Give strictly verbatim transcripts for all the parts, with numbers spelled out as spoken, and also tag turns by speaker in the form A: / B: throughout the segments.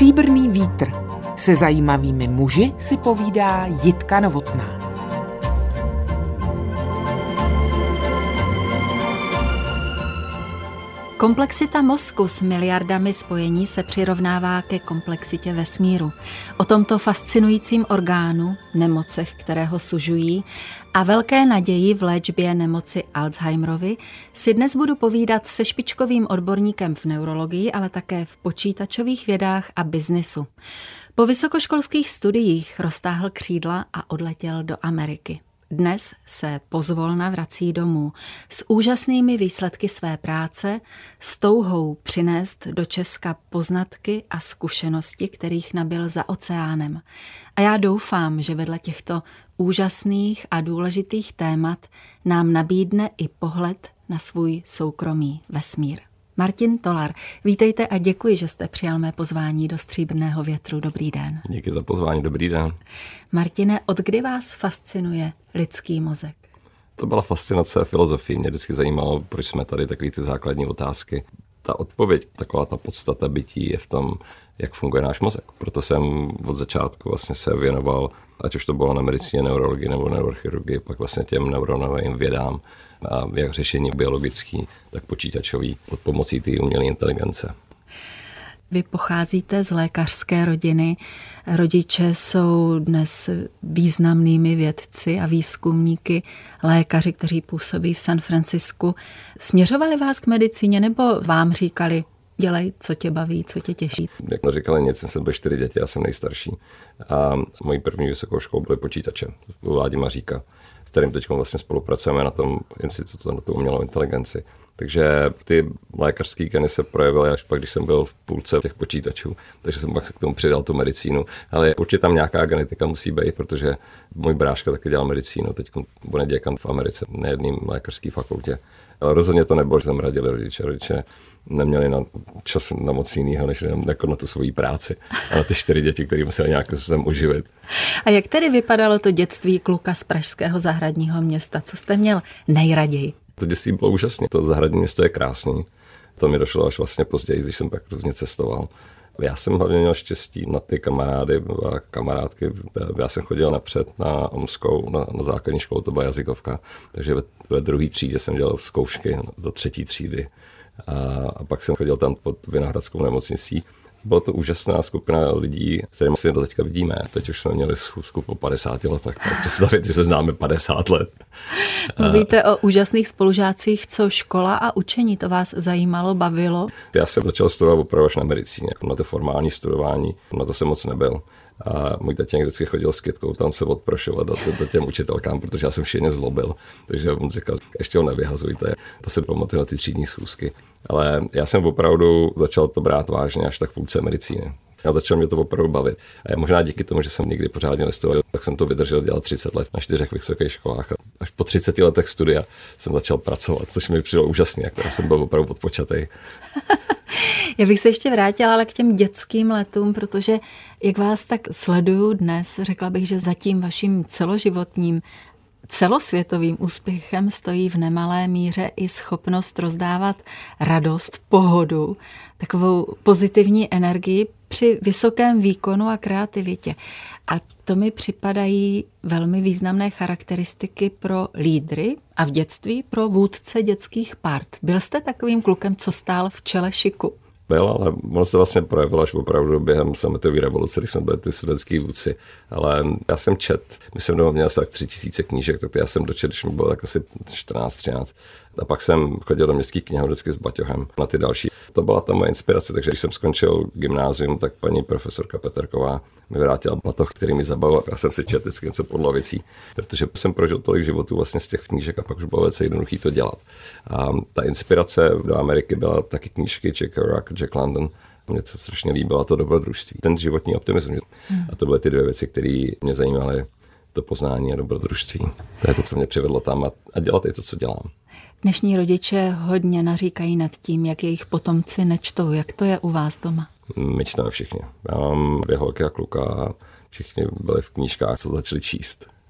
A: Stříbrný vítr. Se zajímavými muži si povídá Jitka Novotná.
B: Komplexita mozku s miliardami spojení se přirovnává ke komplexitě vesmíru. O tomto fascinujícím orgánu, nemocech, které ho sužují, a velké naději v léčbě nemoci Alzheimerovy si dnes budu povídat se špičkovým odborníkem v neurologii, ale také v počítačových vědách a biznisu. Po vysokoškolských studiích roztáhl křídla a odletěl do Ameriky. Dnes se pozvolna vrací domů s úžasnými výsledky své práce, s touhou přinést do Česka poznatky a zkušenosti, kterých nabyl za oceánem. A já doufám, že vedle těchto úžasných a důležitých témat nám nabídne i pohled na svůj soukromý vesmír. Martin Tolar, vítejte a děkuji, že jste přijal mé pozvání do Stříbrného větru. Dobrý den.
C: Díky za pozvání, dobrý den.
B: Martine, od kdy vás fascinuje lidský mozek?
C: To byla fascinace filozofii. Mě vždycky zajímalo, proč jsme tady, takové ty základní otázky. Ta odpověď, taková ta podstata bytí je v tom, jak funguje náš mozek. Proto jsem od začátku vlastně se věnoval, ať už to bylo na medicíně, neurologii nebo neurochirurgii, pak vlastně těm neuronovým vědám, a jak řešení biologický, tak počítačový pod pomocí té umělé inteligence.
B: Vy pocházíte z lékařské rodiny. Rodiče jsou dnes významnými vědci a výzkumníky, lékaři, kteří působí v San Francisku. Směřovali vás k medicíně nebo vám říkali, dělej, co tě baví, co tě těší?
C: Jak neříkali nic, jsem byl čtyři děti, já jsem nejstarší. A mojí první vysokou školou byly počítače u Ládi Maříka, s kterým teď vlastně spolupracujeme na tom institutu, na tu umělou inteligenci. Takže ty lékařské geny se projevily až pak, když jsem byl v půlce těch počítačů, takže jsem pak se k tomu přidal tu medicínu. Ale určitě tam nějaká genetika musí být, protože můj bráška taky dělal medicínu, teď bude děkan v Americe na jedné lékařské fakultě. Ale rozhodně to nebylo, že tam radili rodiče. Rodiče neměli na čas na moc jinýho, než jako na tu svoji práci a na ty čtyři děti, které museli nějakým způsobem uživit.
B: A jak tedy vypadalo to dětství kluka z pražského zahradního města? Co jste měl nejraději?
C: To dětství bylo úžasné. To zahradní město je krásný. To mi došlo až vlastně později, když jsem pak různě cestoval. Já jsem hlavně měl štěstí na ty kamarády a kamarádky. Já jsem chodil napřed na Omskou, na, na základní školu, to byla jazykovka. Takže ve, ve druhé třídě jsem dělal zkoušky do třetí třídy. A, a pak jsem chodil tam pod Vinohradskou nemocnicí. Byla to úžasná skupina lidí, s kterými si do teďka vidíme. Teď už jsme měli schůzku po padesáti letech. Tak představit, že se známe padesát let.
B: Mluvíte o úžasných spolužácích, co škola a učení, to vás zajímalo, bavilo?
C: Já jsem začal studovat opravdu až na medicíně. Na to formální studování, na to jsem moc nebyl. A můj tatínek vždycky chodil s kytkou tam se odprošovat do, do těm učitelkám, protože já jsem šíleně zlobil. Takže on říkal, ještě ho nevyhazujte. To si pamatuju na ty třídní schůzky. Ale já jsem opravdu začal to brát vážně až tak v půlce medicíny. A začal mě to opravdu bavit. A možná díky tomu, že jsem nikdy pořádně nestudoval, tak jsem to vydržel dělat třicet let na čtyřech vysokých školách. A až po třiceti letech studia jsem začal pracovat, což mi přišlo úžasný, jak jsem byl opravdu odpočatý.
B: Já bych se ještě vrátila ale k těm dětským letům, protože jak vás tak sleduju dnes, řekla bych, že za tím vaším celoživotním celosvětovým úspěchem stojí v nemalé míře i schopnost rozdávat radost, pohodu, takovou pozitivní energii při vysokém výkonu a kreativitě. A to mi připadají velmi významné charakteristiky pro lídry a v dětství pro vůdce dětských part. Byl jste takovým klukem, co stál v čele šiku?
C: Byl, ale ono se vlastně projevilo až opravdu během sametové revoluce, když jsme byli ty studentský vůdci. Ale já jsem čet, my jsem doma měl asi tak tři tisíce knížek, tak já jsem dočet, když mi bylo tak asi čtrnáct třináct. A pak jsem chodil do městských knihovny vždycky s baťohem na ty další. To byla ta moje inspirace, takže když jsem skončil gymnázium, tak paní profesorka Peterková mi vrátila batoh, který mi zabavil. Já jsem si četl vždycky něco podle věcí, protože jsem prožil tolik životů vlastně z těch knížek a pak už bylo velice jednoduché to dělat. A ta inspirace do Ameriky byla taky knížky Jack Kerouac, Jack London. Mně se strašně líbilo to dobrodružství, ten životní optimismus. A to byly ty dvě věci, které mě zajímaly, to poznání a dobrodružství. To je to, co mě přivedlo tam a, a dělat i to, co dělám.
B: Dnešní rodiče hodně naříkají nad tím, jak jejich potomci nečtou. Jak to je u vás doma?
C: My čteme všichni. Já mám dvě holky a kluka a všichni byli v knížkách, co začali číst.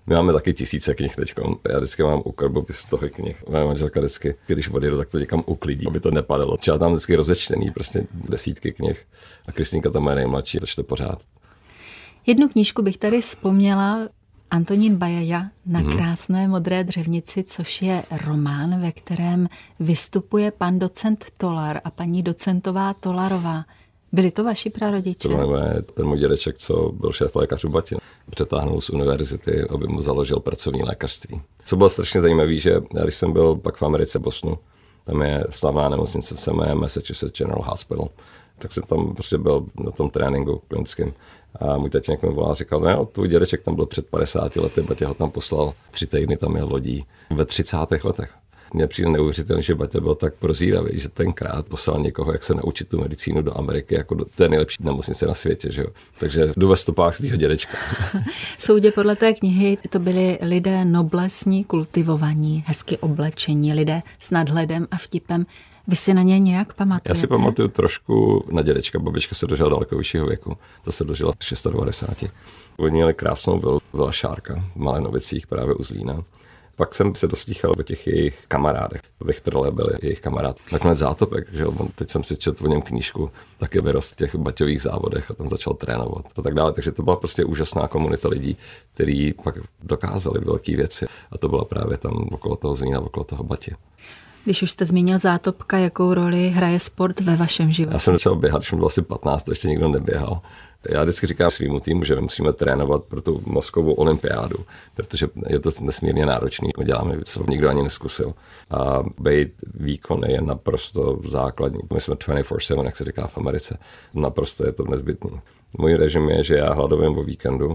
C: My máme taky tisíce knih teď. Já vždycky mám u krbu ty stohy knih. Moje manželka vždycky, když odjedu, tak to někam uklidí, aby to nepadalo. Třeba tam vždycky rozečtený, prostě desítky knih. A Kristýnka tam je nejmladší, to čte pořád.
B: Jednu knížku bych tady vzpomněla, Antonín Bajaja Na krásné modré dřevnici, což je román, ve kterém vystupuje pan docent Tolar a paní docentová Tolarová. Byli to vaši prarodiče?
C: To je ten můj dědeček, co byl šéf lékař u Batin. Přetáhnul z univerzity, aby mu založil pracovní lékařství. Co bylo strašně zajímavé, že když jsem byl pak v Americe, v Bostonu, tam je slavná nemocnice, se jmenuje Massachusetts General Hospital, tak jsem tam prostě byl na tom tréninku klinickém. A můj tatínek mi volal a říkal, no tvůj dědeček tam byl před padesáti lety, Baťa ho tam poslal, tři týdny tam jel lodí ve třicátých letech. Mně přijde neuvěřitelný, že Baťa byl tak prozíravý, že tenkrát poslal někoho, jak se naučit tu medicínu do Ameriky, jako do té nejlepší nemocnice na světě. Že jo? Takže jdu ve stopách svého dědečka.
B: Soudě podle té knihy to byli lidé noblesní, kultivovaní, hezky oblečení, lidé s nadhledem a vtipem. Vy si na ně nějak pamatujete?
C: Já si pamatuju trošku na dědečka. Babička se dožila daleko vyššího věku. Ta se dožila devadesát šest. Oni měli krásnou vilu, vila Šárka v Malé Novicích, právě u Zlína. Pak jsem se doslýchal o těch jejich kamarádech. Vichtrle byl jejich kamarád. Nakonec Zátopek, že jo? Teď jsem si četl o něm knížku, taky vyrost v těch baťových závodech a tam začal trénovat a tak dále. Takže to byla prostě úžasná komunita lidí, kteří pak dokázali velké věci. A to byla právě tam okolo toho Zlína, okolo toho Batě.
B: Když už jste zmínil Zátopka, jakou roli hraje sport ve vašem životě?
C: Já jsem začal běhat, když jsem byl asi patnáct, to ještě nikdo neběhal. Já vždycky říkám svýmu týmu, že my musíme trénovat pro tu mozkovou olympiádu, protože je to nesmírně náročný. My děláme, co nikdo ani neskusil. A být výkonný je naprosto základní. My jsme dvacet čtyři sedm, jak se říká v Americe. Naprosto je to nezbytný. Můj režim je, že já hladovím o víkendu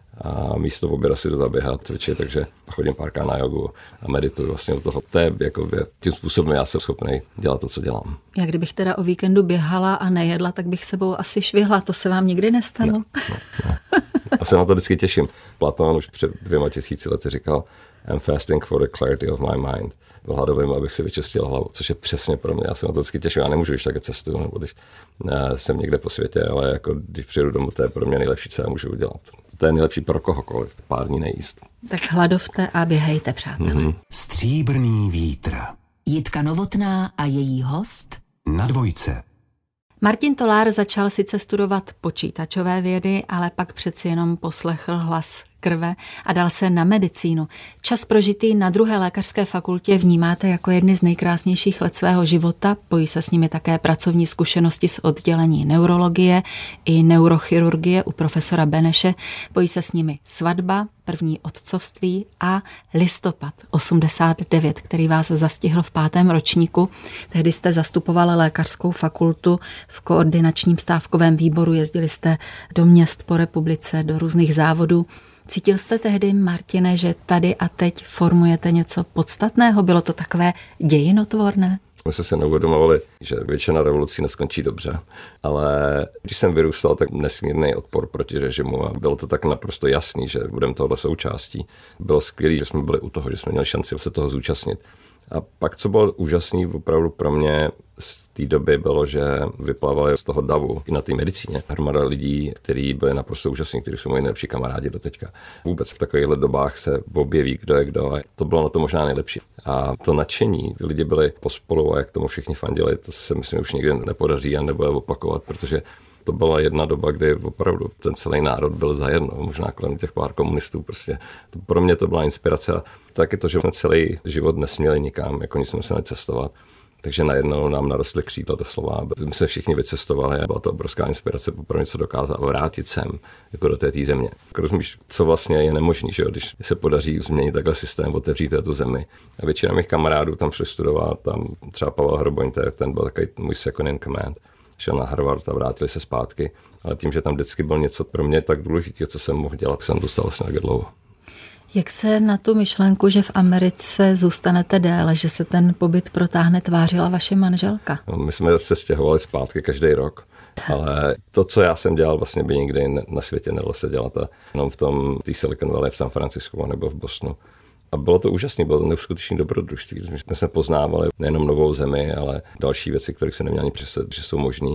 C: a místo oběda si jdu zaběhat, cvičit, takže chodím párkrát na jogu a medituju vlastně u toho. To je, jako, tím způsobem já jsem schopný dělat to, co dělám.
B: Já kdybych teda o víkendu běhala a nejedla, tak bych sebou asi švihla. To se vám nikdy nestalo?
C: Ne, ne, ne. Já se na to vždycky těším. Platón už před dvěma tisíci lety říkal I'm fasting for the clarity of my mind. Hladovým, abych si vyčistil hlavu, což je přesně pro mě. Já se na to vždycky těším. Já nemůžu, když také cestuju, nebo když ne, jsem někde po světě, ale jako když přijedu domů, to je pro mě nejlepší, co já můžu udělat. To je nejlepší pro kohokoliv, pár dní nejíst.
B: Tak hladovte a běhejte, přátelé. Mm-hmm.
D: Stříbrný vítr.
E: Jitka Novotná a její host
D: Na dvojce.
B: Martin Tolar začal sice studovat počítačové vědy, ale pak přeci jenom poslechl hlas krve a dal se na medicínu. Čas prožitý na druhé lékařské fakultě vnímáte jako jedny z nejkrásnějších let svého života. Pojí se s nimi také pracovní zkušenosti z oddělení neurologie i neurochirurgie u profesora Beneše. Pojí se s nimi svatba, první otcovství a listopad osmdesát devět, který vás zastihl v pátém ročníku. Tehdy jste zastupovala lékařskou fakultu v koordinačním stávkovém výboru, jezdili jste do měst po republice, do různých závodů. Cítil jste tehdy, Martine, že tady a teď formujete něco podstatného? Bylo to takové dějinotvorné?
C: My jsme se neuvědomovali, že většina revolucí neskončí dobře, ale když jsem vyrůstal, tak nesmírný odpor proti režimu a bylo to tak naprosto jasný, že budeme tohle součástí. Bylo skvělé, že jsme byli u toho, že jsme měli šanci se toho zúčastnit. A pak, co bylo úžasný opravdu pro mě z té doby, bylo, že vyplávali z toho davu i na té medicíně hromada lidí, kteří byli naprosto úžasní, kteří jsou moji nejlepší kamarádi do teďka. Vůbec v takovýchhle dobách se objeví, kdo je kdo a to bylo na to možná nejlepší. A to nadšení, ty lidi byli pospolu a jak tomu všichni fandili, to se myslím už nikdy nepodaří a nebude opakovat, protože to byla jedna doba, kdy opravdu ten celý národ byl zajedno, možná kolem těch pár komunistů. Prostě. To pro mě to byla inspirace a taky to, že jsme celý život nesměli nikam, jako nic jsme se necestovat. Takže najednou nám narostly křídla doslova. My jsme všichni vycestovali a byla to obrovská inspirace pro něco dokázat vrátit sem, jako do té tý země. Rozumíš, co vlastně je nemožný, že jo? Když se podaří změnit takhle systém, otevřít tu zemi. A většina mých kamarádů tam šli studovat, tam třeba Pavel Hroboň, ten byl takový můj second in command. Šel na Harvard a vrátili se zpátky, ale tím, že tam vždycky byl něco pro mě tak důležitého, co jsem mohl dělat, jsem dostal vlastně tak dlouho.
B: Jak se na tu myšlenku, že v Americe zůstanete déle, že se ten pobyt protáhne, tvářila vaše manželka?
C: No, my jsme se stěhovali zpátky každý rok, ale to, co já jsem dělal, vlastně by nikdy na světě nedalo se dělat a jenom v tom té Silicon Valley v San Francisku nebo v Bostonu. A bylo to úžasné, bylo to neuskutečné dobrodružství. My jsme poznávali nejenom novou zemi, ale další věci, které se neměli ani představit, že jsou možný.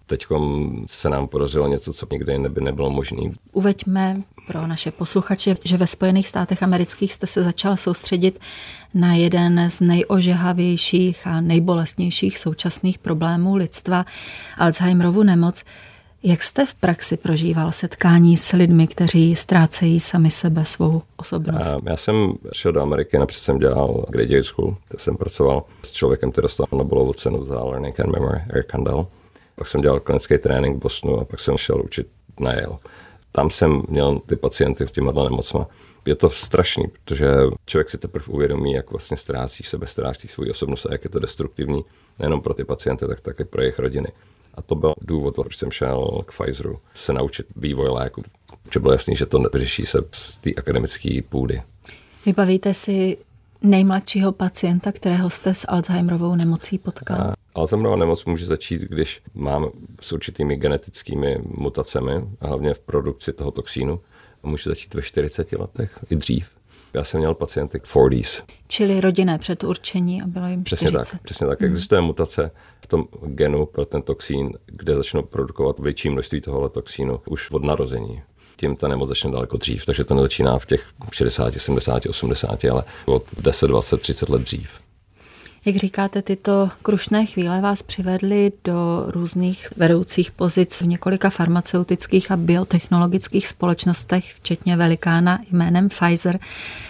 C: teď se nám podařilo něco, co nikdy neby nebylo možné.
B: Uveďme pro naše posluchače, že ve Spojených státech amerických jste se začal soustředit na jeden z nejožehavějších a nejbolestnějších současných problémů lidstva, Alzheimerovu nemoc. Jak jste v praxi prožíval setkání s lidmi, kteří ztrácejí sami sebe, svou osobnost?
C: Já, já jsem šel do Ameriky, napřed jsem dělal graduate school, kde jsem pracoval s člověkem, který dostal Nobelovu cenu za Learning and Memory, Eric Kandel. Pak jsem dělal klinický trénink v Bostonu a pak jsem šel učit na Yale. Tam jsem měl ty pacienty s těma nemocma. Je to strašný, protože člověk si teprve uvědomí, jak vlastně ztrácí sebe, ztrácí svou osobnost a jak je to destruktivní, nejenom pro ty pacienty, tak také pro jejich rodiny. A to byl důvod, proč jsem šel k Pfizeru se naučit vývoj léku. Protože bylo jasný, že to nevyřeší se z té akademické půdy.
B: Vybavíte si nejmladšího pacienta, kterého jste s Alzheimerovou nemocí potkal?
C: A Alzheimerova nemoc může začít, když mám s určitými genetickými mutacemi, a hlavně v produkci toho toxínu. Může začít ve čtyřiceti letech i dřív. Já jsem měl pacienty čtyřicátých.
B: Čili rodinné předurčení a bylo jim
C: přesně
B: čtyřicet.
C: Tak, přesně tak. Existuje hmm. mutace v tom genu pro ten toxín, kde začnou produkovat větší množství tohoto toxínu už od narození. Tím ta nemoc začne daleko dřív, takže to nezačíná v těch šedesáti, sedmdesáti, osmdesáti, ale od deset, dvacet, třicet let dřív.
B: Jak říkáte, tyto krušné chvíle vás přivedly do různých vedoucích pozic v několika farmaceutických a biotechnologických společnostech, včetně velikána jménem Pfizer.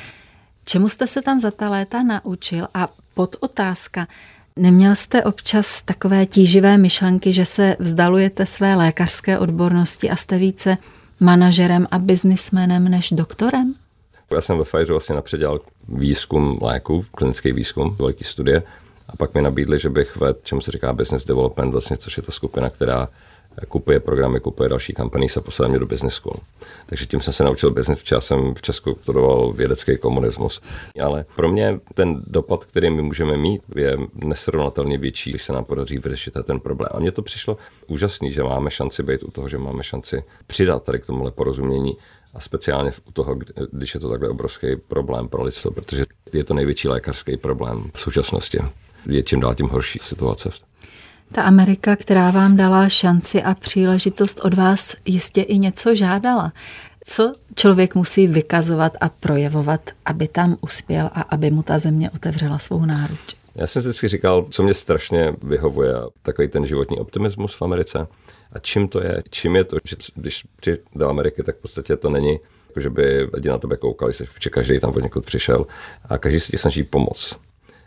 B: Čemu jste se tam za ta léta naučil? A podotázka, neměl jste občas takové tíživé myšlenky, že se vzdalujete své lékařské odbornosti a jste více manažerem a biznismenem než doktorem?
C: Já jsem ve Pfizeru vlastně napřed dělal výzkum léků, klinický výzkum, velký studie, a pak mi nabídli, že bych vedl, čemu se říká business development, vlastně, což je ta skupina, která kupuje programy, kupuje další companies a poslal mě do business school. Takže tím jsem se naučil business, protože já jsem v Česku studoval vědecký komunismus. Ale pro mě ten dopad, který my můžeme mít, je nesrovnatelně větší, když se nám podaří vyřešit ten problém. A mně to přišlo úžasný, že máme šanci být u toho, že máme šanci přidat tady k tomuhle porozumění. A speciálně u toho, když je to takhle obrovský problém pro lidstvo, protože je to největší lékařský problém v současnosti. Je čím dál tím horší situace.
B: Ta Amerika, která vám dala šanci a příležitost, od vás jistě i něco žádala. Co člověk musí vykazovat a projevovat, aby tam uspěl a aby mu ta země otevřela svou náruč?
C: Já jsem si vždycky říkal, co mě strašně vyhovuje, takový ten životní optimismus v Americe. A čím to je? Čím je to, že když přijde do Ameriky, tak v podstatě to není, jako že by lidi na tebe koukali, že každý tam od někud přišel a každý se ti snaží pomoct.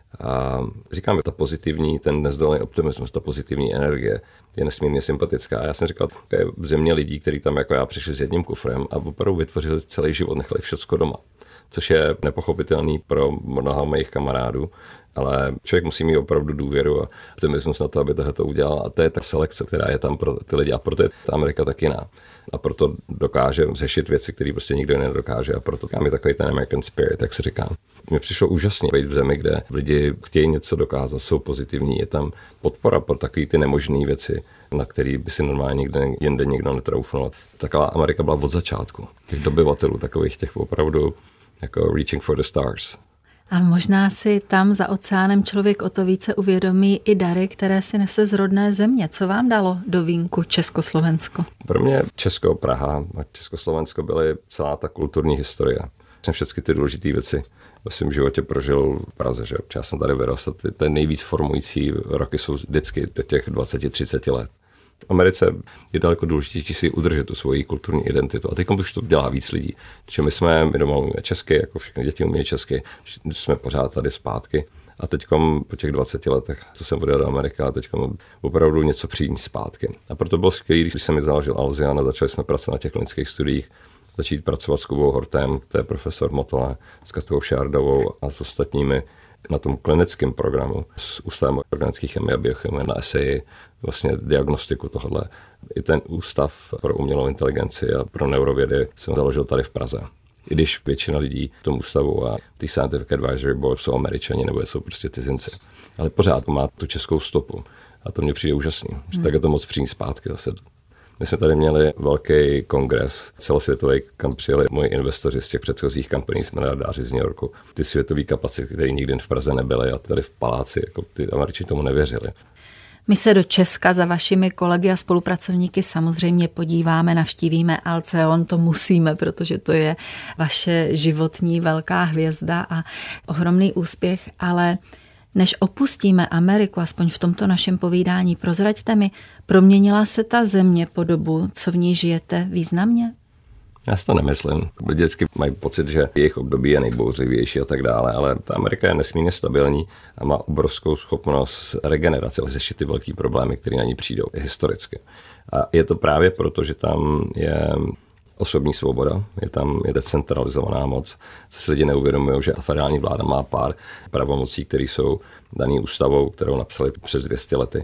C: A říkám, že ta pozitivní, ten nezdolný optimismus, ta pozitivní energie je nesmírně sympatická. A já jsem říkal, to je země lidí, kteří tam jako já přišli s jedním kufrem a opravdu vytvořili celý život, nechali všecko doma. Což je nepochopitelný pro mnoha mých kamarádů, ale člověk musí mít opravdu důvěru a optimismus na to, aby tohle to udělal. A to je ta selekce, která je tam pro ty lidi. A proto je ta Amerika tak jiná. A proto dokáže řešit věci, které prostě nikdo nedokáže. A proto tam je takový ten American spirit, jak se říká. Mně přišlo úžasně být v zemi, kde lidi chtějí něco dokázat, jsou pozitivní. Je tam podpora pro takové ty nemožné věci, na který by si normálně nikde jinde nikdo netroufnul. Taková Amerika byla od začátku. Těch dobyvatelů, takových těch opravdu jako reaching for the stars.
B: A možná si tam za oceánem člověk o to více uvědomí i dary, které si nese z rodné země. Co vám dalo do vínku Československo?
C: Pro mě Česko, Praha a Československo byly celá ta kulturní historie. Jsem všechny ty důležité věci ve svém životě prožil v Praze, že já jsem tady vyrostl. Ty, ty nejvíc formující roky jsou vždycky do těch dvacet třicet let. V Americe je daleko důležitější si udržet tu svoji kulturní identitu. A teď už to dělá víc lidí. Takže my jsme, my doma umíme česky, jako všechny děti umí česky, jsme pořád tady zpátky. A teď po těch dvaceti letech, co jsem odjel do Ameriky, a teď opravdu něco přijít zpátky. A proto bylo skvělé, když jsem mi založil Alzian a začali jsme pracovat na těch klinických studiích, začít pracovat s Kubou Hortem, to je profesor Motola, s Katou Šárdovou a s ostatními na tom klinickém programu s Ústavem organické chemie a biochemie na eseji, vlastně diagnostiku tohohle. I ten ústav pro umělou inteligenci a pro neurovědy jsem založil tady v Praze. I když většina lidí v tom ústavu a ty Scientific Advisory Board jsou Američani nebo jsou prostě cizinci. Ale pořád má tu českou stopu. A to mně přijde úžasný. Hmm. Tak je to moc přijít zpátky zase. My jsme tady měli velký kongres celosvětový, kam přijeli moji investoři z těch předchozích companies, miliardáři z New Yorku. Ty světové kapacity, které nikdy v Praze nebyly a tady v paláci, jako ty Američani tomu nevěřili.
B: My se do Česka za vašimi kolegy a spolupracovníky samozřejmě podíváme, navštívíme Alceon, to musíme, protože to je vaše životní velká hvězda a ohromný úspěch, ale než opustíme Ameriku, aspoň v tomto našem povídání, prozraďte mi, proměnila se ta země po dobu, co v ní žijete, významně?
C: Já si to nemyslím. Lidi vždycky mají pocit, že jejich období je nejbouřivější a tak dále, ale ta Amerika je nesmírně stabilní a má obrovskou schopnost regenerace, řešit ty velký problémy, které na ní přijdou historicky. A je to právě proto, že tam je osobní svoboda, je tam je decentralizovaná moc, co si lidi neuvědomují, že federální vláda má pár pravomocí, které jsou daný ústavou, kterou napsali přes dvě stě lety.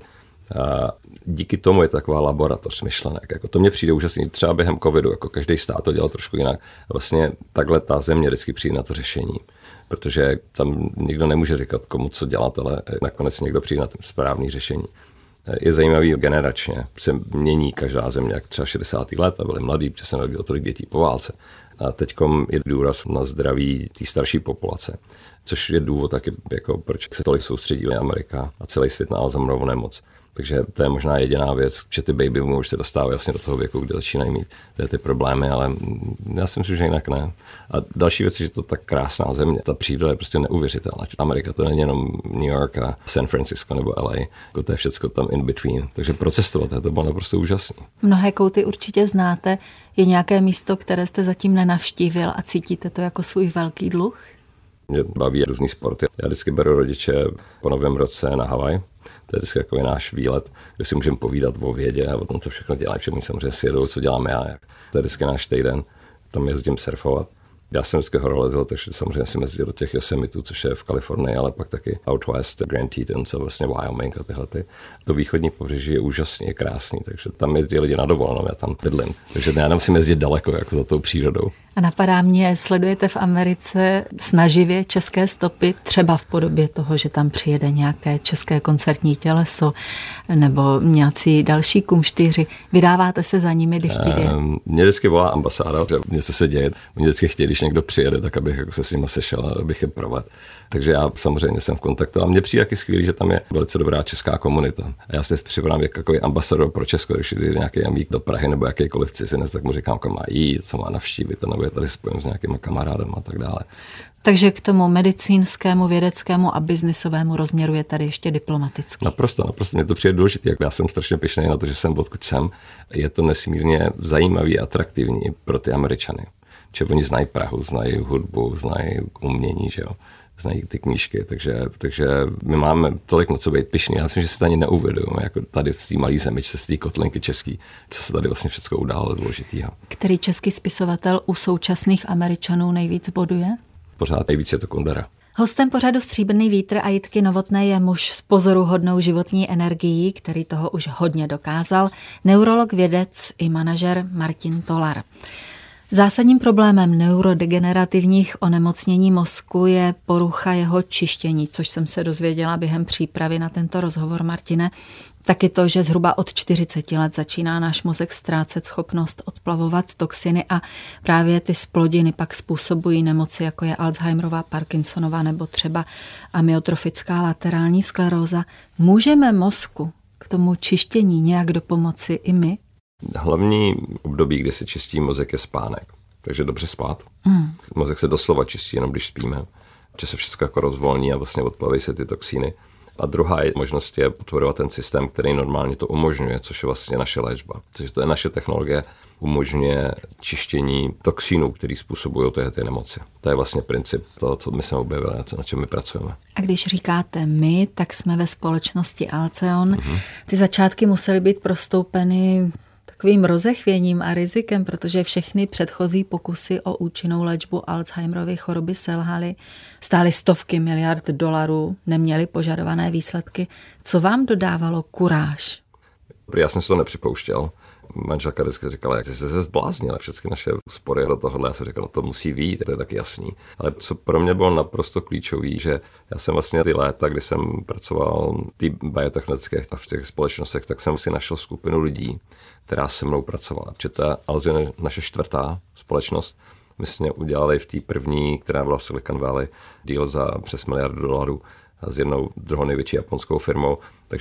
C: A díky tomu je taková laboratoř myšlenek. Jako to mně přijde úžasný, třeba během covidu, jako každý stát to dělal trošku jinak. Vlastně takhle ta země vždycky přijde na to řešení, protože tam nikdo nemůže říkat, komu co dělat, ale nakonec někdo přijde na to správné řešení. Je zajímavý generačně, se mění každá země, jak třeba šedesátých let a byli mladí, protože se narodilo tolik dětí po válce. A teďkom je důraz na zdraví té starší populace, což je důvod taky, jako proč se tolik soustředí Amerika a celý svět na Alzheimerovu nemoc. Takže to je možná jediná věc, že ty baby boomers se dostávají vlastně do toho věku, kdy začínají mít ty, ty problémy, ale já si myslím, že jinak ne. A další věc je, že to je tak krásná země. Ta příroda je prostě neuvěřitelná. Amerika to není jenom New York a San Francisco nebo L A, jako to je všecko tam in between. Takže procestovat, to bylo naprosto úžasné.
B: Mnohé kouty určitě znáte. Je nějaké místo, které jste zatím nenavštívil a cítíte to jako svůj velký dluh?
C: Mě baví různý sporty. Já vždycky beru rodiče po novém roce na Havaj. To je vždycky jako náš výlet, kde si můžeme povídat o vědě a o tom, co všechno dělají. Všechny samozřejmě si jedou, co dělám já. To je vždycky náš týden. Tam jezdím surfovat. Já jsem vždycky horolezl, takže samozřejmě jsem jezdil do těch Yosemitů, což je v Kalifornii, ale pak taky Out West, Grand Tetons a vlastně Wyoming a tyhle. Ty. To východní pobřeží je úžasný, je krásný, takže tam jezdí lidi na dovolenou, já tam bydlím. Takže já nemusím jezdit daleko jako za tou přírodou.
B: A napadá mě, sledujete v Americe snaživě české stopy, třeba v podobě toho, že tam přijede nějaké české koncertní těleso nebo nějací další kumštýři. Vydáváte se za nimi dychtivě?
C: Um, mě vždycky volá ambasáda, že něco se děje. Mě vždycky chtějí, když někdo přijede, tak abych jako se s nimi sešel a abych je provedl. Takže já samozřejmě jsem v kontaktu. A mně přijde taky skvělý, že tam je velice dobrá česká komunita. A já si připadám jako takový ambasador pro Česko, když jde nějaký amík do Prahy nebo jakýkoliv cizinec, tak mu říkám, kam má jít, co má navštívit, nebo je tady spojím s nějakýma kamarádem a tak dále.
B: Takže k tomu medicínskému, vědeckému a biznisovému rozměru je tady ještě diplomatický.
C: Naprosto, naprosto. Mě to přijde důležitý. Já jsem strašně pyšný na to, že jsem odkud jsem. Je to nesmírně zajímavý a atraktivní pro ty Američany. Že oni znají Prahu, znají hudbu, znají umění, že jo. Znají ty knížky, takže, takže my máme tolik na co být pyšný. Já myslím, že si to ani neuvědomujeme, jako tady v té malé zemi, z té kotlinky český, co se tady vlastně všechno událo důležitýho. Který
B: český spisovatel u současných Američanů nejvíc boduje?
C: Pořád nejvíc je to Kundera.
B: Hostem pořadu Stříbrný vítr a Jitky Novotné je muž s pozoruhodnou životní energií, který toho už hodně dokázal, neurolog, vědec i manažer Martin Tolar. Zásadním problémem neurodegenerativních onemocnění mozku je porucha jeho čištění, což jsem se dozvěděla během přípravy na tento rozhovor, Martine. Taky to, že zhruba od čtyřiceti let začíná náš mozek ztrácet schopnost odplavovat toxiny a právě ty zplodiny pak způsobují nemoci, jako je Alzheimerova, Parkinsonova nebo třeba amyotrofická laterální skleróza. Můžeme mozku k tomu čištění nějak dopomoci i my?
C: Hlavní období, kdy se čistí mozek, je spánek. Takže dobře spát. Mm. Mozek se doslova čistí, jenom když spíme. Že se všechno jako rozvolní a vlastně odplaví se ty toxíny. A druhá možnost je podporovat ten systém, který normálně to umožňuje, což je vlastně naše léčba. Takže to je naše technologie, umožňuje čištění toxínů, který způsobují ty, ty nemoci. To je vlastně princip toho, co my jsme objevili a na čem my pracujeme.
B: A když říkáte my, tak jsme ve společnosti Alceon. Mm-hmm. Ty začátky musely být prostoupeny takovým rozechvěním a rizikem, protože všechny předchozí pokusy o účinnou léčbu Alzheimerovy choroby selhaly, stály stovky miliard dolarů, neměly požadované výsledky. Co vám dodávalo kuráž?
C: Já jsem si to nepřipouštěl. Manželka vždycky říkala, jak jsi se zbláznila, všechny naše spory do tohohle. Já jsem říkal, no to musí vyjít, to je taky jasný. Ale co pro mě bylo naprosto klíčový, že já jsem vlastně ty léta, kdy jsem pracoval v té biotechnických a v těch společnostech, tak jsem si našel skupinu lidí, která se mnou pracovala. Protože ta Alzion je naše čtvrtá společnost. My jsme udělali v té první, která byla v Silicon Valley, deal za přes miliardu dolarů s jednou druhou největší japonskou firmou. Takže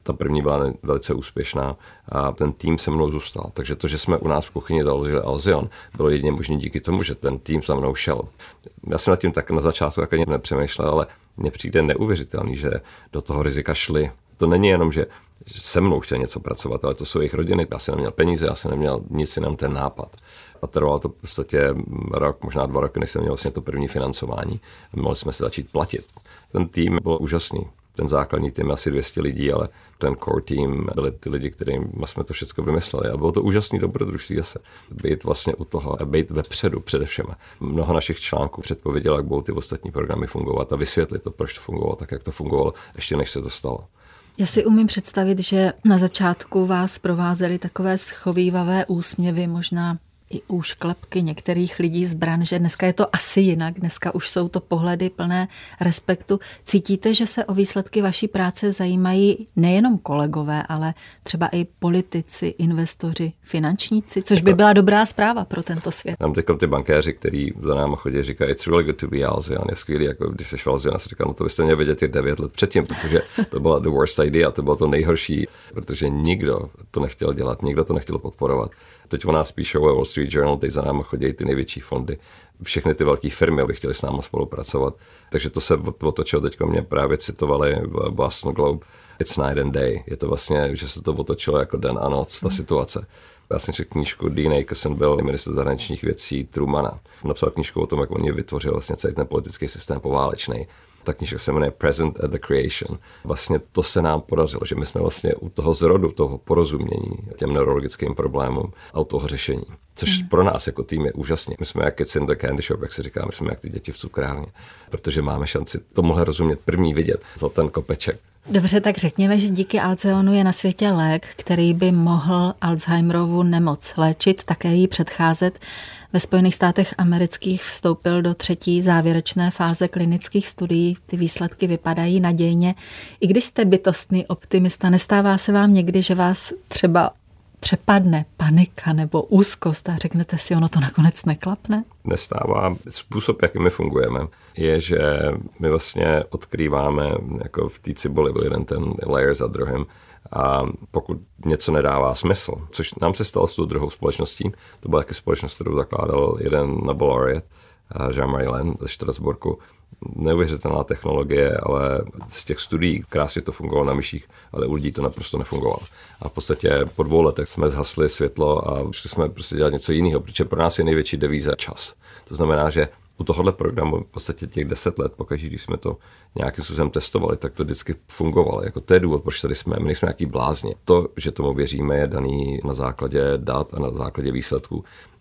C: Ta první byla velice úspěšná a ten tým se mnou zůstal. Takže to, že jsme u nás v kuchyni založili Alzion, bylo jedině možné díky tomu, že ten tým za mnou šel. Já jsem nad tím tak na začátku jako nepřemýšlel, ale mně přijde neuvěřitelný, že do toho rizika šli. To není jenom, že se mnou chtěl něco pracovat, ale to jsou jejich rodiny. Já jsem neměl peníze, já jsem neměl nic, jenom ten nápad. A trvalo to v podstatě rok, možná dva roky, než jsem měl vlastně to první financování. A mohli jsme se začít platit. Ten tým byl úžasný. Ten základní tým asi dvě stě lidí, ale ten core tým byli ty lidi, kterým jsme to všechno vymysleli. A bylo to úžasný dobrodružství zase. Být vlastně u toho a být vepředu především. Mnoho našich článků předpovědělo, jak budou ty ostatní programy fungovat a vysvětlit to, proč to fungovalo tak, jak to fungovalo, ještě než se to stalo.
B: Já si umím představit, že na začátku vás provázely takové schovývavé úsměvy, možná i úšklepky některých lidí z branže. Dneska je to asi jinak, dneska už jsou to pohledy plné respektu. Cítíte, že se o výsledky vaší práce zajímají nejenom kolegové, ale třeba i politici, investoři, finančníci, což by byla dobrá zpráva pro tento svět.
C: Tam teď ty bankéři, který za náma chodí, říkají, it's really good to be Alzion, je skvělý, jako když jsi v Alzion, já si říkám, no to byste měli vědět těch devět let předtím, protože to byla the worst idea, to bylo to nejhorší, protože nikdo to nechtěl dělat, nikdo to nechtěl podporovat. Teď o nás píšou Wall Street Journal, teď za náma chodí ty největší fondy. Všechny ty velké firmy by chtěly s námi spolupracovat. Takže to se otočilo, teď mě právě citovali v Boston Globe. It's night and day. Je to vlastně, že se to otočilo jako den a noc, ta situace. Já jsem četl knížku, Dean Acheson byl ministr zahraničních věcí Trumana. Napsal knížku o tom, jak oni vytvořili vlastně celý ten politický systém poválečný. Ta knížka se jmenuje Present at the Creation. Vlastně to se nám podařilo, že my jsme vlastně u toho zrodu, toho porozumění těm neurologickým problémům a u toho řešení. Což pro nás jako tým je úžasně. My jsme jak kids in the candy shop, jak se říká, my jsme jak ty děti v cukrárně, protože máme šanci tomuhle rozumět první vidět za ten kopeček.
B: Dobře, tak řekněme, že díky Alzionu je na světě lék, který by mohl Alzheimerovu nemoc léčit, také jí předcházet. Ve Spojených státech amerických vstoupil do třetí závěrečné fáze klinických studií. Ty výsledky vypadají nadějně. I když jste bytostný optimista, nestává se vám někdy, že vás třeba přepadne panika nebo úzkost a řeknete si, ono to nakonec neklapne?
C: Nestává. Způsob, jakým my fungujeme, je, že my vlastně odkrýváme jako v té cibuli jeden ten layer za druhým. A pokud něco nedává smysl, což nám se stalo s tou druhou společností, to byla taky společnost, kterou zakládal jeden Nobel laureate, Jean-Marie Len ze Štrasburku. Neuvěřitelná technologie, ale z těch studií krásně to fungovalo na myších, ale u lidí to naprosto nefungovalo. A v podstatě po dvou letech jsme zhasli světlo a šli jsme prostě dělat něco jiného, protože pro nás je největší devíza čas. To znamená, že u tohohle programu v podstatě těch deset let, pokaždé, když jsme to nějakým způsobem testovali, tak to vždycky fungovalo. Jako to je důvod, proč tady jsme. My nejsme nějaký blázni. To, že tomu věříme, je daný na základě dat a na základě výsledků.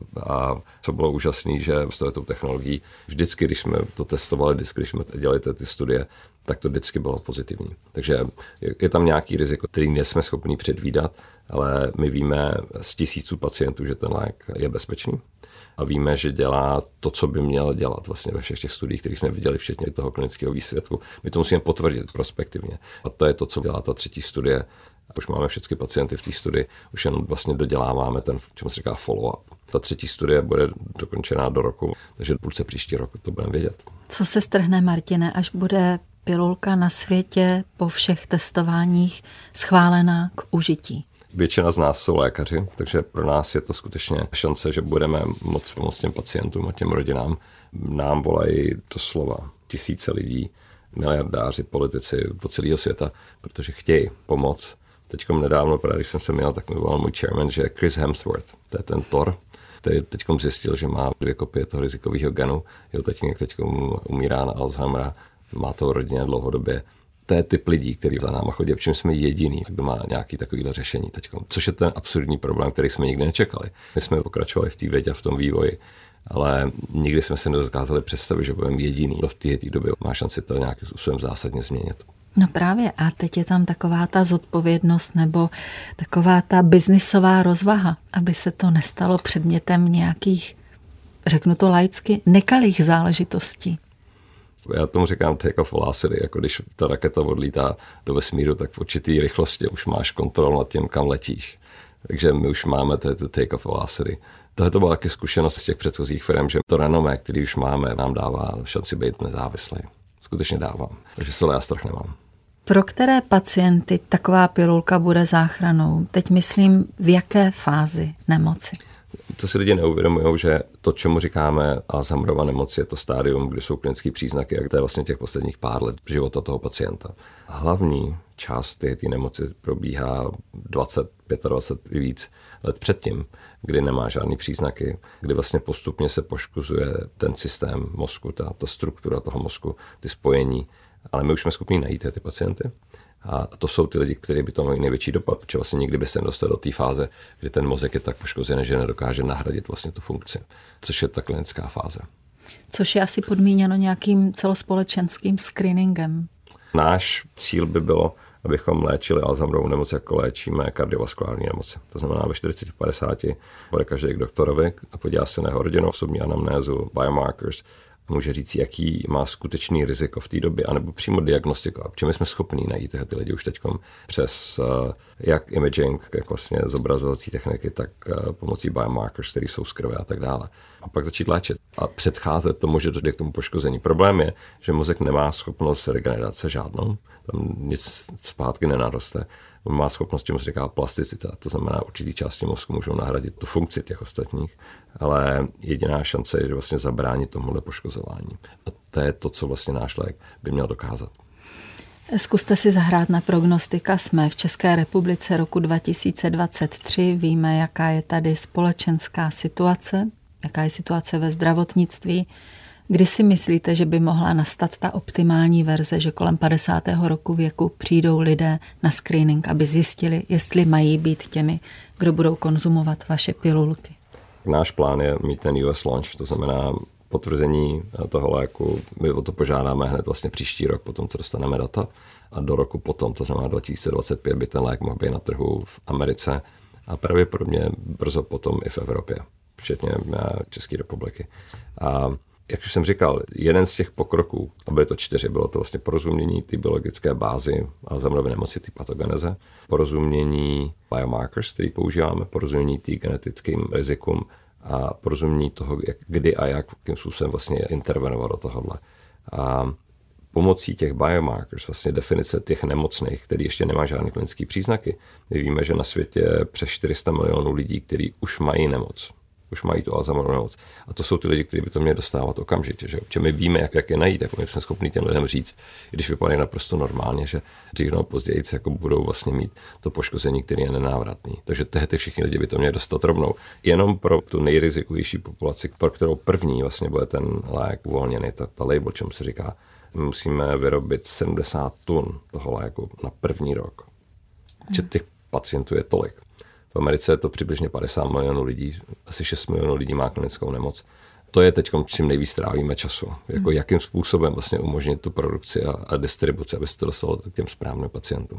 C: A co bylo úžasné, že s tou technologií vždycky, když jsme to testovali, vždycky, když jsme dělali ty studie, tak to vždycky bylo pozitivní. Takže je tam nějaký riziko, který nejsme schopni předvídat, ale my víme z tisíců pacientů, že ten lék je bezpečný. A víme, že dělá to, co by měl dělat vlastně ve všech těch studiích, které jsme viděli, včetně toho klinického výsledku. My to musíme potvrdit prospektivně. A to je to, co dělá ta třetí studie. A už máme všechny pacienty v té studii, už jenom vlastně doděláváme ten, čemu se říká follow-up. Ta třetí studie bude dokončená do roku, takže v půlce příští roku to budeme vědět.
B: Co se strhne, Martine, až bude pilulka na světě po všech testováních schválená k užití?
C: Většina z nás jsou lékaři, takže pro nás je to skutečně šance, že budeme moct pomoct těm pacientům a těm rodinám. Nám volají doslova tisíce lidí, miliardáři, politici po celého světa, protože chtějí pomoct. Teďkom nedávno, právě když jsem se měl, tak mi volal můj chairman, že Chris Hemsworth, to je ten Thor, který teďkom zjistil, že má dvě kopie toho rizikového genu. Jeho tatínek teďkom umírá na Alzheimera, má to v rodině dlouhodobě. To je typ lidí, který za náma chodí, protože jsme jediný, kdo má nějaký takovýhle řešení teďkom. Což je ten absurdní problém, který jsme nikdy nečekali. My jsme pokračovali v té vědě a v tom vývoji, ale nikdy jsme se nedokázali představit, že budeme jediný, kdo v té době má šanci to nějakým způsobem zásadně změnit.
B: No právě, a teď je tam taková ta zodpovědnost nebo taková ta biznisová rozvaha, aby se to nestalo předmětem nějakých, řeknu to laicky, nekalých záležitostí.
C: Já tomu říkám take off velocity, jako když ta raketa odlítá do vesmíru, tak v určitý rychlosti už máš kontrolu nad tím, kam letíš. Takže my už máme to take off velocity. Tohle to byla taky zkušenost z těch předchozích firm, že to renomé, který už máme, nám dává šanci být nezávislý. Skutečně dávám. Takže se já strach nemám.
B: Pro které pacienty taková pilulka bude záchranou? Teď myslím, v jaké fázi nemoci?
C: To si lidi neuvědomují, že to, čemu říkáme Alzheimerova nemoc, je to stádium, kdy jsou klinické příznaky, a to je vlastně těch posledních pár let života toho pacienta. Hlavní část té nemoci probíhá dvacet, dvacet pět i víc let předtím, kdy nemá žádný příznaky, kdy vlastně postupně se poškozuje ten systém mozku, ta, ta struktura toho mozku, ty spojení, ale my už jsme schopni najít ty pacienty. A to jsou ty lidi, kteří by to mají největší dopad, protože vlastně nikdy by se nedostal do té fáze, kdy ten mozek je tak poškozený, že nedokáže nahradit vlastně tu funkci, což je ta klinická fáze.
B: Což je asi podmíněno nějakým celospolečenským screeningem.
C: Náš cíl by bylo, abychom léčili Alzheimerovu nemoc, jako léčíme kardiovaskulární nemoci. To znamená, ve čtyřicet padesát bude každý k doktorovi a podívá se na jeho rodinu, osobní anamnézu, biomarkers, může říct, jaký má skutečný riziko v té době, anebo přímo diagnostikovat. Protože my jsme schopní najít ty lidi už teď přes uh, jak imaging, jak vlastně zobrazovací techniky, tak uh, pomocí biomarkers, které jsou z krve a tak dále. A pak začít léčit a předcházet tomu, že dojde k tomu poškození. Problém je, že mozek nemá schopnost regenerace žádnou, tam nic zpátky nenaroste. On má schopnost, čemu se říká plasticita, to znamená, určitý části mozku můžou nahradit tu funkci těch ostatních, ale jediná šance je, že vlastně zabránit tomuhle poškozování. A to je to, co vlastně náš lék by měl dokázat.
B: Zkuste si zahrát na prognostika. Jsme v České republice roku dva tisíce dvacet tři, víme, jaká je tady společenská situace, jaká je situace ve zdravotnictví. Kdy si myslíte, že by mohla nastat ta optimální verze, že kolem padesátého roku věku přijdou lidé na screening, aby zjistili, jestli mají být těmi, kdo budou konzumovat vaše pilulky?
C: Náš plán je mít ten U S launch, to znamená potvrzení toho léku. My o to požádáme hned vlastně příští rok, potom co dostaneme data. A do roku potom, to znamená dva tisíce dvacet pět, by ten lék mohl být na trhu v Americe a pravděpodobně brzo potom i v Evropě, včetně České republiky. A jak už jsem říkal, jeden z těch pokroků, a byly to čtyři, bylo to vlastně porozumění té biologické bázy Alzheimerovy nemoci, ty patogeneze, porozumění biomarkers, který používáme, porozumění té genetickým rizikům a porozumění toho, jak, kdy a jak, jakým způsobem vlastně intervenovat do tohohle. A pomocí těch biomarkers, vlastně definice těch nemocných, který ještě nemá žádné klinické příznaky, my víme, že na světě je přes čtyři sta milionů lidí, kteří už mají nemoc. Už mají tu Alzheimerovu nemoc. A to jsou ty lidi, kteří by to měli dostávat okamžitě. Že? Protože my víme, jak, jak je najít, jako my jsme schopni těm lidem říct, když vypadají naprosto normálně, že dřív nebo později jako budou vlastně mít to poškození, které je nenávratné. Takže tehdy všichni lidi by to měli dostat rovnou. Jenom pro tu nejrizikovější populaci, pro kterou první vlastně bude ten lék uvolněný, ta, ta label, čemu se říká, my musíme vyrobit sedmdesát tun toho léku na první rok. Že těch pacientů je tolik. V Americe je to přibližně padesát milionů lidí, asi šest milionů lidí má klinickou nemoc. To je teď, čím nejvíc trávíme času. Jako jakým způsobem vlastně umožnit tu produkci a, a distribuci, aby se to dostalo k těm správným pacientům.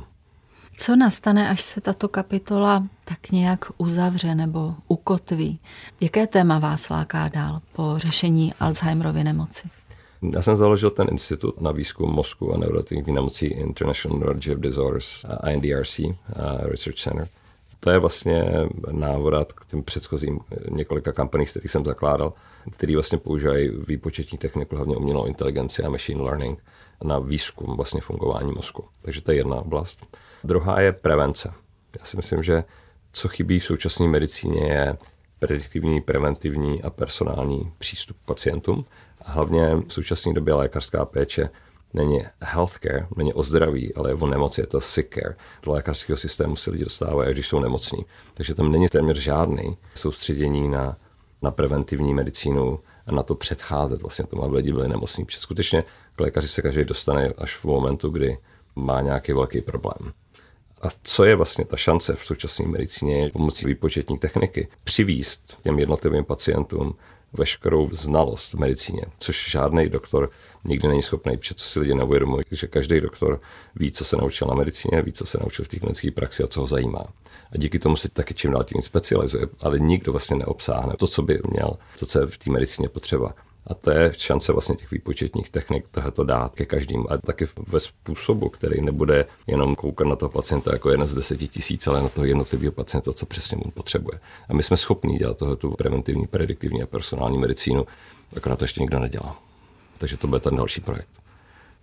B: Co nastane, až se tato kapitola tak nějak uzavře nebo ukotví? Jaké téma vás láká dál po řešení Alzheimerovy nemoci?
C: Já jsem založil ten institut na výzkum mozku a neurodegenerativních nemocí International Neurodegenerative Disorders, I N D R C, uh, Research Center. To je vlastně návrat k těm předchozím několika kampaní, z kterých jsem zakládal, který vlastně používají výpočetní techniku, hlavně umělou inteligenci a machine learning na výzkum vlastně fungování mozku. Takže to je jedna oblast. Druhá je prevence. Já si myslím, že co chybí v současné medicíně je prediktivní, preventivní a personální přístup k pacientům. A hlavně v současné době lékařská péče není healthcare, není o zdraví, ale o nemoci, je to sick care. Do lékařského systému se lidi dostávají, když jsou nemocní. Takže tam není téměř žádný soustředění na, na preventivní medicínu a na to předcházet vlastně tomu, aby lidi byli nemocní. Protože skutečně k lékaři se každý dostane až v momentu, kdy má nějaký velký problém. A co je vlastně ta šance v současné medicíně, je pomocí výpočetní techniky přivízt těm jednotlivým pacientům veškerou znalost v medicíně, což žádný doktor nikdy není schopný, protože co si lidi neuvědomují, že každý doktor ví, co se naučil na medicíně, ví, co se naučil v té klinické praxi a co ho zajímá. A díky tomu se taky čím dál tím specializuje, ale nikdo vlastně neobsáhne to, co by měl, to, co je v té medicíně potřeba. A to je šance vlastně těch výpočetních technik tohleto dát ke každému. A taky ve způsobu, který nebude jenom koukat na toho pacienta jako jeden z deseti tisíc, ale na toho jednotlivého pacienta, co přesně mu potřebuje. A my jsme schopní dělat tohletu preventivní, prediktivní a personální medicínu, akorát to ještě nikdo nedělá. Takže to bude ten další projekt.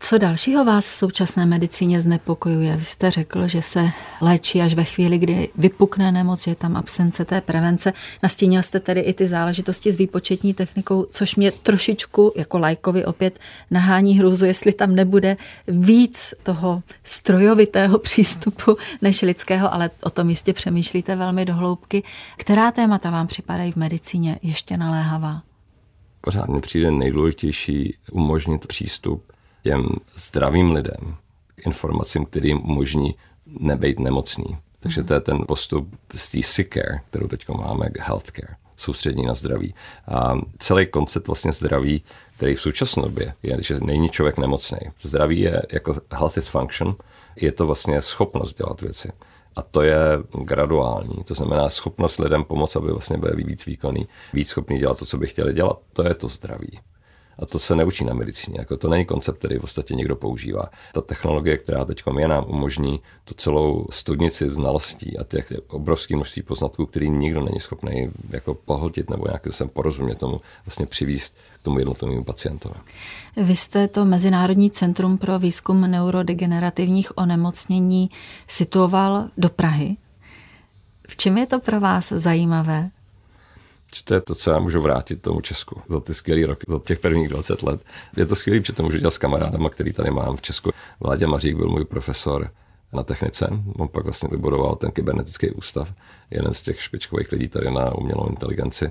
B: Co dalšího vás v současné medicíně znepokojuje? Vy jste řekl, že se léčí až ve chvíli, kdy vypukne nemoc, že je tam absence té prevence. Nastínil jste tedy i ty záležitosti s výpočetní technikou, což mě trošičku jako laikovi opět nahání hrůzu, jestli tam nebude víc toho strojovitého přístupu než lidského, ale o tom jistě přemýšlíte velmi do hloubky. Která témata vám připadají v medicíně ještě naléhavá?
C: Pořád mi přijde nejdůležitější umožnit přístup těm zdravým lidem k informacím, který jim umožní nebejt nemocný. Takže to je ten postup z té sick care, kterou teď máme, health care, soustředění na zdraví. A celý koncept vlastně zdraví, který v současné době je, že není člověk nemocný. Zdraví je jako health is function, je to vlastně schopnost dělat věci. A to je graduální, to znamená schopnost lidem pomoct, aby vlastně byli víc výkonný, víc schopní dělat to, co by chtěli dělat. To je to zdraví. A to se neučí na medicíně. Jako to není koncept, který v podstatě někdo používá. Ta technologie, která teď je, nám umožní tu celou studnici znalostí a těch obrovských množství poznatků, který nikdo není schopný jako pohltit nebo nějakým způsobem porozumět tomu, vlastně přivízt k tomu jednotlivému pacientovi.
B: Vy jste to Mezinárodní centrum pro výzkum neurodegenerativních onemocnění situoval do Prahy. V čem je to pro vás zajímavé?
C: To je to, co já můžu vrátit tomu Česku za ty skvělý roky, za těch prvních dvacet let. Je to skvělý, že to můžu dělat s kamarádama, který tady mám v Česku. Vláďa Mařík byl můj profesor na technice. On pak vlastně vybudoval ten kybernetický ústav. Jeden z těch špičkových lidí tady na umělou inteligenci.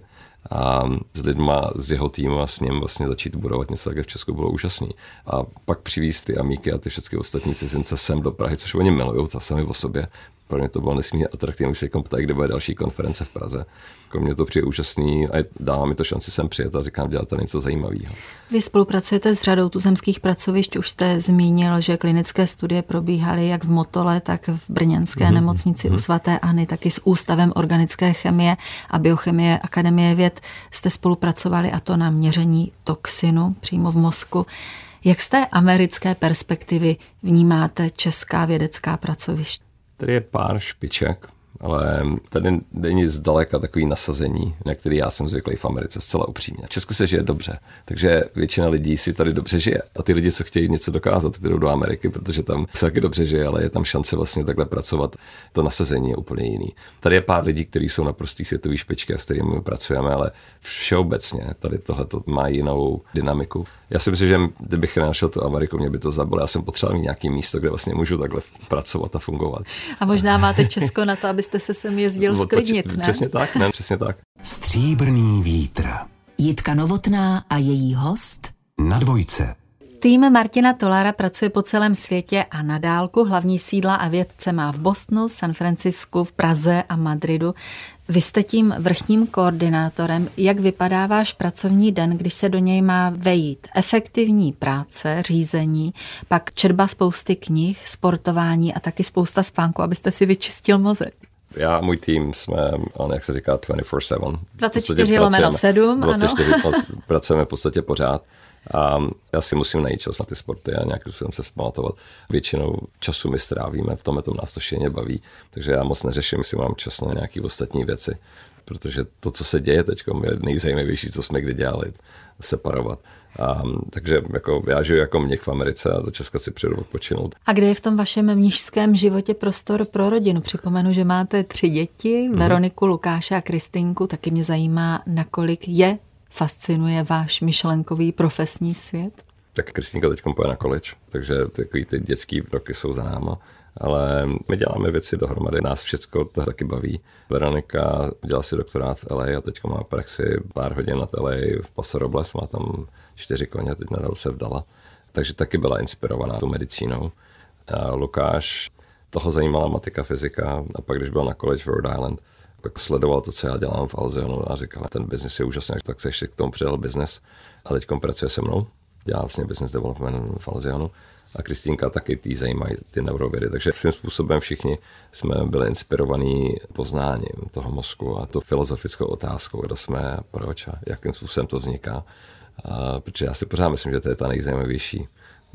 C: A s lidma z jeho týmu a s ním vlastně začít budovat něco také v Česku bylo úžasný. A pak přivízt ty amíky a ty všechny ostatní cizince sem do Prahy, což oni milují sami o sobě. Pro mě to bylo nesmírně atraktivní, už se ptají, kde bude další konference v Praze. Jako mě to přijde úžasný a dává mi to šanci sem přijet a říkám, dělat tady něco zajímavého.
B: Vy spolupracujete s řadou tuzemských pracovišť, už jste zmínil, že klinické studie probíhaly jak v Motole, tak v brněnské mm-hmm. nemocnici mm-hmm. u svaté Anny, taky s Ústavem organické chemie a biochemie Akademie věd jste spolupracovali, a to na měření toxinu přímo v mozku. Jak z té americké perspektivy vnímáte česká vědecká pracoviště?
C: Tady je pár špiček, ale tady není zdaleka takový nasazení, na který já jsem zvyklý v Americe, zcela upřímně. V Česku se žije dobře, takže většina lidí si tady dobře žije. A ty lidi, co chtějí něco dokázat, ty jdou do Ameriky, protože tam se taky dobře žije, ale je tam šance vlastně takhle pracovat. To nasazení je úplně jiný. Tady je pár lidí, kteří jsou naprostý světový špičky, s kterými pracujeme, ale všeobecně tady tohle má jinou dynamiku. Já si myslím, že kdybych nenašel tu Ameriku, mě by to zabilo. Já jsem potřeboval mít nějaké místo, kde vlastně můžu takhle pracovat a fungovat.
B: A možná máte Česko na to, abyste se sem jezdil sklidnit, ne?
C: Přesně tak, ne, přesně tak.
D: Stříbrný vítr.
E: Jitka Novotná a její host
D: Na dvojce.
B: Tým Martina Tolara pracuje po celém světě a na dálku. Hlavní sídla a vědce má v Bostonu, San Francisku, v Praze a Madridu. Vy jste tím vrchním koordinátorem. Jak vypadá váš pracovní den, když se do něj má vejít efektivní práce, řízení, pak četba spousty knih, sportování a taky spousta spánku, abyste si vyčistil mozek?
C: Já a můj tým jsme, jak se říká, dvacet čtyři sedm.
B: dvacet čtyři lomeno sedm,
C: dvacet čtyři ano. Pracujeme v podstatě pořád. A já si musím najít čas na ty sporty a nějakým způsobem se vzpamatovat. Většinou času my strávíme, v tomhle tom nás to šíleně baví, takže já moc neřeším, jestli mám čas na nějaké ostatní věci, protože to, co se děje teď, je nejzajímavější, co jsme kdy dělali, separovat. A, takže jako, já žiju jako mnich v Americe a do Česka si přijedu odpočinout.
B: A kde je v tom vašem mnišském životě prostor pro rodinu? Připomenu, že máte tři děti, mm-hmm. Veroniku, Lukáše a Kristýnku, taky mě zajímá, nakolik je fascinuje váš myšlenkový profesní svět?
C: Tak Kristýnka teď pojede na college, takže takový ty dětský roky jsou za náma. Ale my děláme věci dohromady, nás všecko to taky baví. Veronika dělá si doktorát v L A a teď má praxi pár hodin na L A v Paso Robles, má tam čtyři koně, teď nedal se vdala. Takže taky byla inspirovaná tu medicínou. A Lukáš, toho zajímala matika, fyzika a pak když byl na college v Rhode Island, tak sledoval to, co já dělám v Alzionu a říkal, ten biznis je úžasný, tak se ještě k tomu přidal biznis a teď pracuje se mnou, dělá vlastně business development v Alzionu a Kristýnka taky tý zajímají ty neurovědy, takže svým způsobem všichni jsme byli inspirovaní poznáním toho mozku a tu filozofickou otázkou, kdo jsme a proč a jakým způsobem to vzniká, a protože já si pořád myslím, že to je ta nejzajímavější,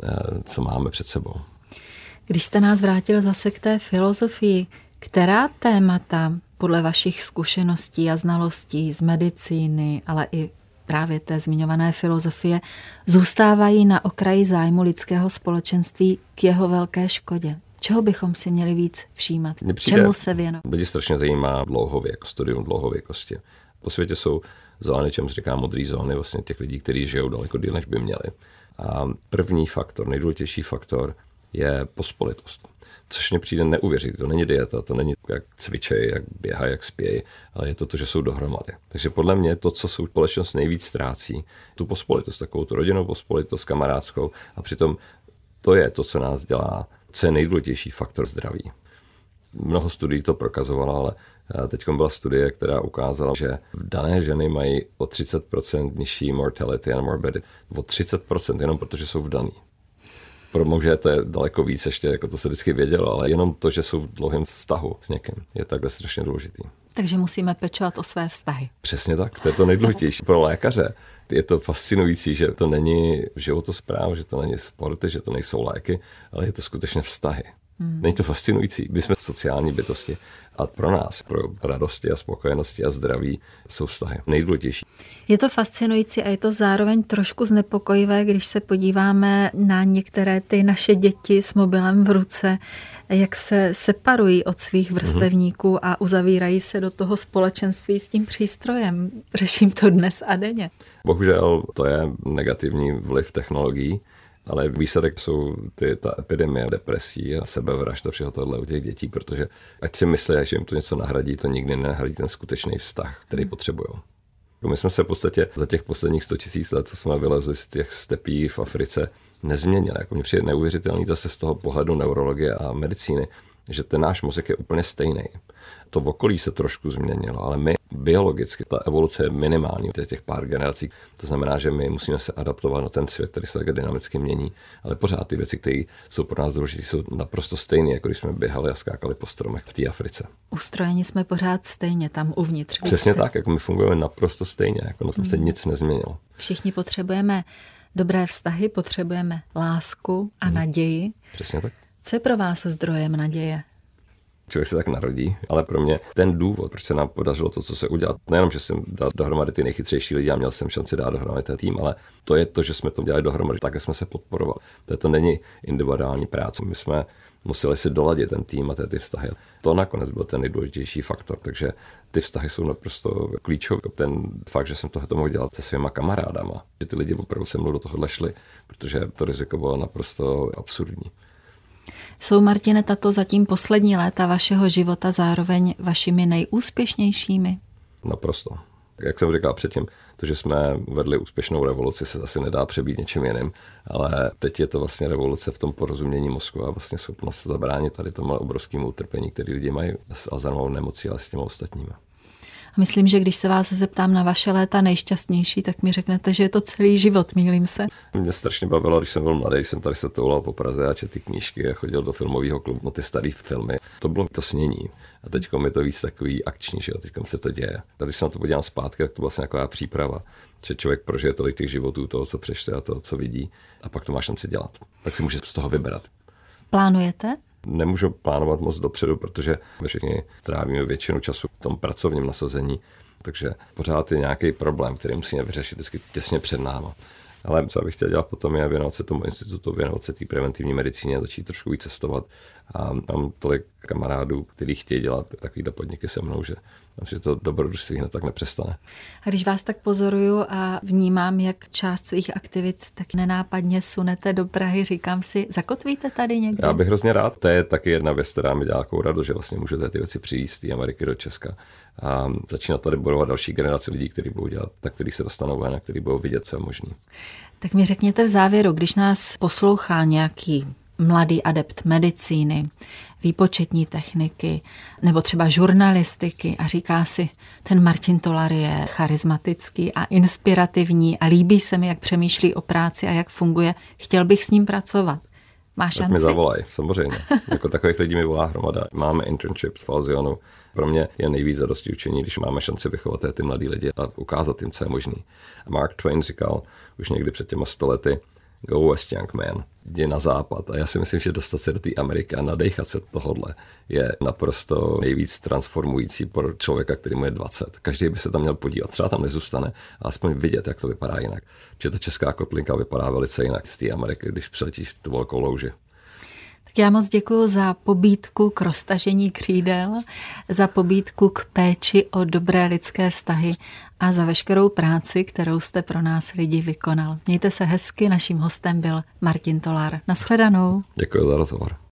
C: co máme před sebou.
B: Když jste nás vrátil zase k té filozofii, která témata podle vašich zkušeností a znalostí z medicíny, ale i právě té zmiňované filozofie, zůstávají na okraji zájmu lidského společenství k jeho velké škodě. Čeho bychom si měli víc všímat?
C: Přijde,
B: čemu se věnovat?
C: Lidi strašně zajímá dlouhověk, studium dlouhověkosti. Po světě jsou zóny, čemu říká modrý zóny, vlastně těch lidí, kteří žijou daleko díl, než by měli. A první faktor, nejdůležitější faktor je pospolitost. Což mně přijde neuvěřit. To není dieta, to není jak cvičej, jak běhají, jak spějí, ale je to to, že jsou dohromady. Takže podle mě to, co jsou společnost nejvíc ztrácí, tu pospolitost, takovou tu rodinnou pospolitost, kamarádskou, a přitom to je to, co nás dělá, co je nejdůležitější faktor zdraví. Mnoho studií to prokazovalo, ale teď byla studie, která ukázala, že dané ženy mají o třicet procent nižší mortality a morbidity. O třicet procent jenom protože jsou vdaný. Pro muže to je daleko víc, ještě jako to se vždycky vědělo, ale jenom to, že jsou v dlouhém vztahu s někým, je takhle strašně důležitý.
B: Takže musíme pečovat o své vztahy.
C: Přesně tak, to je to nejdůležitější. Pro lékaře je to fascinující, že to není životospráva, že to není sporty, že to nejsou léky, ale je to skutečně vztahy. Hmm. Není to fascinující. My jsme sociální bytosti a pro nás, pro radosti a spokojenosti a zdraví jsou vztahy nejdůležitější.
B: Je to fascinující a je to zároveň trošku znepokojivé, když se podíváme na některé ty naše děti s mobilem v ruce, jak se separují od svých vrstevníků hmm. a uzavírají se do toho společenství s tím přístrojem. Řeším to dnes a denně.
C: Bohužel to je negativní vliv technologií. Ale výsledek jsou ty, ta epidemie depresí a sebevražd a všeho tohle u těch dětí, protože ať si myslí, že jim to něco nahradí, to nikdy nenahradí ten skutečný vztah, který potřebují. My jsme se v podstatě za těch posledních sto tisíc let, co jsme vylezli z těch stepí v Africe, nezměnili. Jako mě přijde neuvěřitelný zase z toho pohledu neurologie a medicíny, že ten náš mozek je úplně stejný. To v okolí se trošku změnilo, ale my biologicky, ta evoluce je minimální těch, těch pár generací. To znamená, že my musíme se adaptovat na ten svět, který se tak dynamicky mění, ale pořád ty věci, které jsou pro nás důležité, jsou naprosto stejné, jako když jsme běhali a skákali po stromech v té Africe.
B: Ustrojeni jsme pořád stejně tam uvnitř.
C: Přesně tak, jako my fungujeme naprosto stejně, jako na tom se nic nezměnilo.
B: Všichni potřebujeme dobré vztahy, potřebujeme lásku a hmm. naději.
C: Přesně tak.
B: Co je pro vás zdrojem naděje?
C: Člověk se tak narodí, ale pro mě ten důvod, proč se nám podařilo to, co se udělat, nejenom, že jsem dal dohromady ty nejchytřejší lidi a měl jsem šanci dát dohromady ten tým, ale to je to, že jsme to dělali dohromady, také jsme se podporovali. To, to není individuální práce. My jsme museli si doladit ten tým a ty, ty vztahy. To nakonec byl ten nejdůležitější faktor, takže ty vztahy jsou naprosto klíčové. Ten fakt, že jsem tohle mohl dělat se svýma kamarádama, že ty lidi opravdu se mnou do tohohle šli, protože to riziko bylo naprosto absurdní.
B: Jsou, Martine, tato zatím poslední léta vašeho života zároveň vašimi nejúspěšnějšími?
C: Naprosto. Jak jsem říkal předtím, to, že jsme vedli úspěšnou revoluci, se asi nedá přebít něčím jiným, ale teď je to vlastně revoluce v tom porozumění mozku a vlastně schopnost zabránit tady tomu obrovskému utrpení, který lidi mají s Alzheimerovou nemocí, ale s těmi ostatními.
B: Myslím, že když se vás zeptám na vaše léta nejšťastnější, tak mi řeknete, že je to celý život, mýlím se.
C: Mě strašně bavilo, když jsem byl mladý, když jsem tady se toulal po Praze a četl ty knížky a chodil do filmového klubu na ty staré filmy. To bylo to snění. A teď je to víc takový akční, že teď se to děje. A když se na to podívám zpátky, tak to byla vlastně nějaká příprava, že člověk prožije tolik těch životů, toho, co přečte a toho, co vidí, a pak to má šanci dělat. Tak si může z toho vybrat.
B: Plánujete?
C: Nemůžu plánovat moc dopředu, protože všichni trávíme většinu času v tom pracovním nasazení, takže pořád je nějaký problém, který musíme vyřešit vždycky těsně před náma. Ale co bych chtěl dělat potom je věnovat se tomu institutu, věnovat se té preventivní medicíně, začít trošku víc cestovat. A mám tolik kamarádů, kteří chtějí dělat takovýhle podniky se mnou, že že to dobrodružství hned tak nepřestane.
B: A když vás tak pozoruju a vnímám, jak část svých aktivit tak nenápadně sunete do Prahy, říkám si, zakotvíte tady někde?
C: Já bych hrozně rád. To je taky jedna věc, která mi dělá takovou radost, že vlastně můžete ty věci přijít z té Ameriky do Česka a začínat tady budovat další generaci lidí, kteří budou dělat, tak který se dostanou ven a kteří budou vidět, co je možný.
B: Tak mi řekněte v závěru, když nás poslouchá nějaký mladý adept medicíny, výpočetní techniky nebo třeba žurnalistiky a říká si, ten Martin Tolar je charismatický a inspirativní a líbí se mi, jak přemýšlí o práci a jak funguje, chtěl bych s ním pracovat. Má šanci?
C: Tak mi zavolaj, samozřejmě. Jako takových lidí mi volá hromada. Máme internships v Alzionu. Pro mě je nejvíc zadosti učení, když máme šanci vychovat ty mladý lidi a ukázat jim, co je možný. A Mark Twain říkal už někdy před těma sto lety, go west, young man. jdi na západ. A já si myslím, že dostat se do té Ameriky a nadechat se tohodle je naprosto nejvíc transformující pro člověka, který mu je dvacet. Každý by se tam měl podívat. Třeba tam nezůstane, a aspoň vidět, jak to vypadá jinak. Že ta česká kotlinka vypadá velice jinak z té Ameriky, když přiletíš tu velkou louži.
B: Tak já moc děkuji za pobídku k roztažení křídel, za pobídku k péči o dobré lidské vztahy a za veškerou práci, kterou jste pro nás lidi vykonal. Mějte se hezky, naším hostem byl Martin Tolar. Nashledanou.
C: Děkuji za rozhovor.